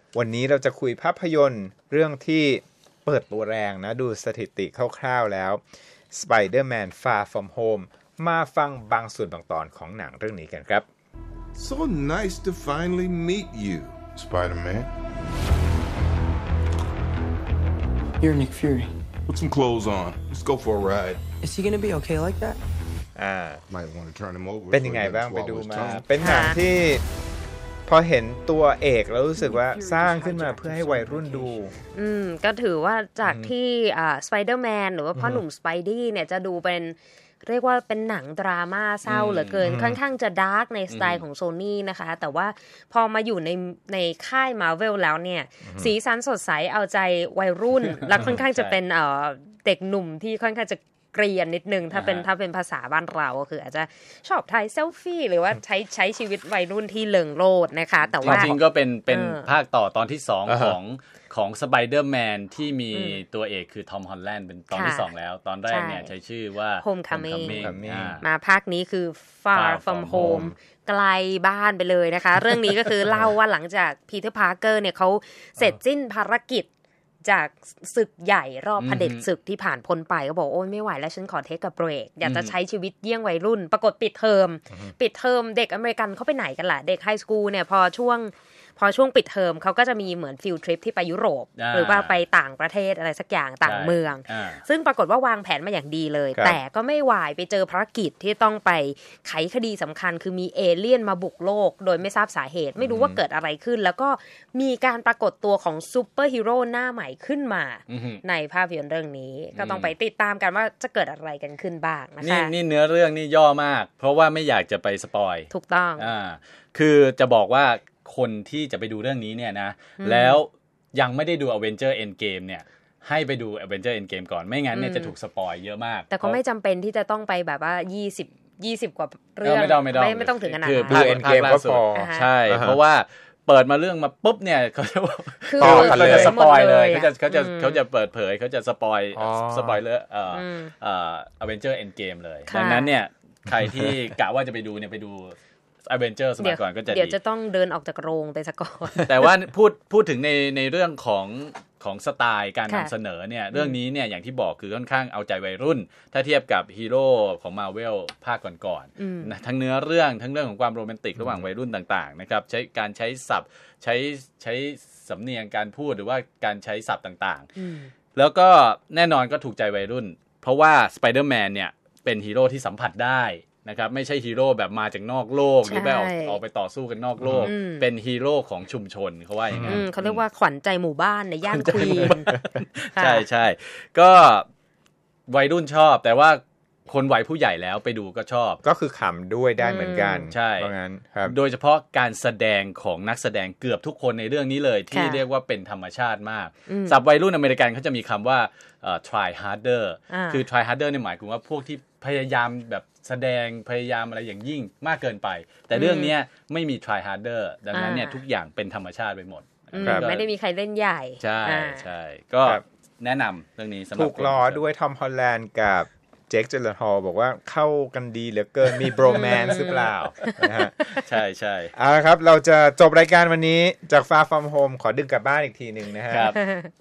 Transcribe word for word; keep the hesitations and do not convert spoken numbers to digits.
วันนี้เราจะคุยภาพยนตร์เรื่องที่เปิดตัวแรงนะดูสถิติคร่าวๆแล้ว Spider-Man Far From Home มาฟังบางส่วนบางตอนของหนังเรื่องนี้กันครับ So nice to finally meet you, Spider-Man. You're Nick Fury. Put some clothes on. Let's go for a ride. Is he gonna be okay like that? อ่า Might want to turn him over. เป็นยังไงบ้างไปดูมาเป็นหนังที่พอเห็นตัวเอกแล้วรู้สึกว่าสร้างขึ้นมาเพื่อให้วัยรุ่นดูอืมก็ถือว่าจากที่อ่า Spider-Man หรือว่าพ่อหนุ่ม Spidey เนี่ยจะดูเป็นเรียกว่าเป็นหนังดราม่าเศร้าเหลือเกินค่อนข้างจะดาร์กในสไตล์ของ Sony นะคะแต่ว่าพอมาอยู่ในในค่าย Marvel แล้วเนี่ยสีสันสดใสเอาใจวัยรุ่นและค่อนข้างจะเป็นเอ่อเด็กหนุ่มที่ค่อนข้างจะเกรียนนิดนึงถ้าเป็นถ้าเป็นภาษาบ้านเราก็คืออาจจะชอบถ่ายเซลฟี่หรือว่าใช้ใช้ชีวิตวัยรุ่นที่เลิงโลดนะคะแต่ว่าจริงๆก็เป็นเป็นภาคต่อตอนที่สองของของสไปเดอร์แมนที่มีตัวเอกคือทอมฮอลแลนด์เป็นตอนที่สองแล้วตอนแรกเนี่ยใช้ชื่อว่า Homecoming มาภาคนี้คือ Far From Home ไกลบ้านไปเลยนะคะเรื่องนี้ก็คือเล่าว่าหลังจากพีเตอร์พาร์เกอร์เนี่ยเขาเสร็จสิ้นภารกิจจากศึกใหญ่รอบเผด็จศึกที่ผ่านพ้นไปก็บอกโอ้ยไม่ไหวแล้วฉันขอเทคกับเบรกอยากจะใช้ชีวิตเยี่ยงวัยรุ่นปรากฏปิดเทอมปิดเทอมเด็กอเมริกันเขาไปไหนกันล่ะเด็กไฮสคูลเนี่ยพอช่วงพอช่วงปิดเทอมเขาก็จะมีเหมือนฟิลทริปที่ไปยุโรปหรือว่าไปต่างประเทศอะไรสักอย่างต่างเมืองซึ่งปรากฏว่าวางแผนมาอย่างดีเลยแต่ก็ไม่ไหวไปเจอภารกิจที่ต้องไปไขคดีสำคัญคือมีเอเลี่ยนมาบุกโลกโดยไม่ทราบสาเหตุไม่รู้ว่าเกิดอะไรขึ้นแล้วก็มีการปรากฏตัวของซูเปอร์ฮีโร่หน้าใหม่ขึ้นมาในภาพยนตร์เรื่องนี้ก็ต้องไปติดตามกันว่าจะเกิดอะไรกันขึ้นบ้างนะคะนี่นี่เนื้อเรื่องนี่ย่อมากเพราะว่าไม่อยากจะไปสปอยถูกต้องอ่าคือจะบอกว่าคนที่จะไปดูเรื่องนี้เนี่ยนะแล้วยังไม่ได้ดู Avenger Endgame เนี่ยให้ไปดู Avenger Endgame ก่อนไม่งั้นเนี่ยจะถูกสปอยเยอะมากแต่ก็ไม่จำเป็นที่จะต้องไปแบบว่ายี่สิบ ยี่สิบกว่าเรื่องไม่ต้องไม่ต้องไม่ต้องถึงขนาดนั้นคือ Endgame ก็พอใช่เพราะว่าเปิดมาเรื่องมาปุ๊บเนี่ยเขาจะต่อกันเลยสปอยเลยเขาจะเขาจะเขาจะเปิดเผยเขาจะสปอยสปอยเลอร์เอ่อเอ่อ Avenger Endgame เลยดังนั้นเนี่ยใครที่กะว่าจะไปดูเนี่ยไปดูAvenger สมัยก่อนก็จะดีเดี๋ยวจะต้องเดินออกจากโรงไปซะก่อนแต่ว่าพูดพูดถึงในในเรื่องของของสไตล์การนำเสนอเนี่ยเรื่องนี้เนี่ยอย่างที่บอกคือค่อนข้างเอาใจวัยรุ่นถ้าเทียบกับฮีโร่ของ Marvel ภาคก่อนๆนะทั้งเนื้อเรื่องทั้งเรื่องของความโรแมนติกระหว่างวัยรุ่นต่างๆนะครับใช้การใช้ศัพท์ใช้ใช้สำเนียงการพูดหรือว่าการใช้ศัพท์ต่างๆแล้วก็แน่นอนก็ถูกใจวัยรุ่นเพราะว่า Spider-Man เนี่ยเป็นฮีโร่ที่สัมผัสได้นะครับไม่ใช่ฮีโร่แบบมาจากนอกโลกหรือไปออกออกไปต่อสู้กันนอกโลกเป็นฮีโร่ของชุมชนเขาว่าอย่างนั้นเขาเรียกว่าขวัญใจหมู่บ้านในย่านควีนใช่ใช่ก็วัยรุ่นชอบแต่ว่าคนวัยผู้ใหญ่แล้วไปดูก็ชอบก็คือขำด้วยได้เหมือนกันใช่เพราะงั้นครับโดยเฉพาะการแสดงของนักแสดงเกือบทุกคนในเรื่องนี้เลยที่เรียกว่าเป็นธรรมชาติมากศัพท์วัยรุ่นอเมริกันเขาจะมีคำว่า try harder คือ try harder เนี่ยหมายถึงว่าพวกที่พยายามแบบแสดงพยายามอะไรอย่างยิ่งมากเกินไปแต่เรื่องนี้ไม่มี try harder ดังนั้นเนี่ยทุกอย่างเป็นธรรมชาติไปหมดไม่ได้มีใครเล่นใหญ่ใช่ใช่ก็แนะนำเรื่องนี้สำหรับถูกล้อด้วยทอมฮอลแลนด์กับเจค จิลเลนฮอลบอกว่าเข้ากันดีเหลือเกินมีโบรแมนซ์หรือเปล่านะฮะใช่ใช่เอาละครับเราจะจบรายการวันนี้จาก Far From Home ขอดึงกลับบ้านอีกทีหนึ่งนะฮะ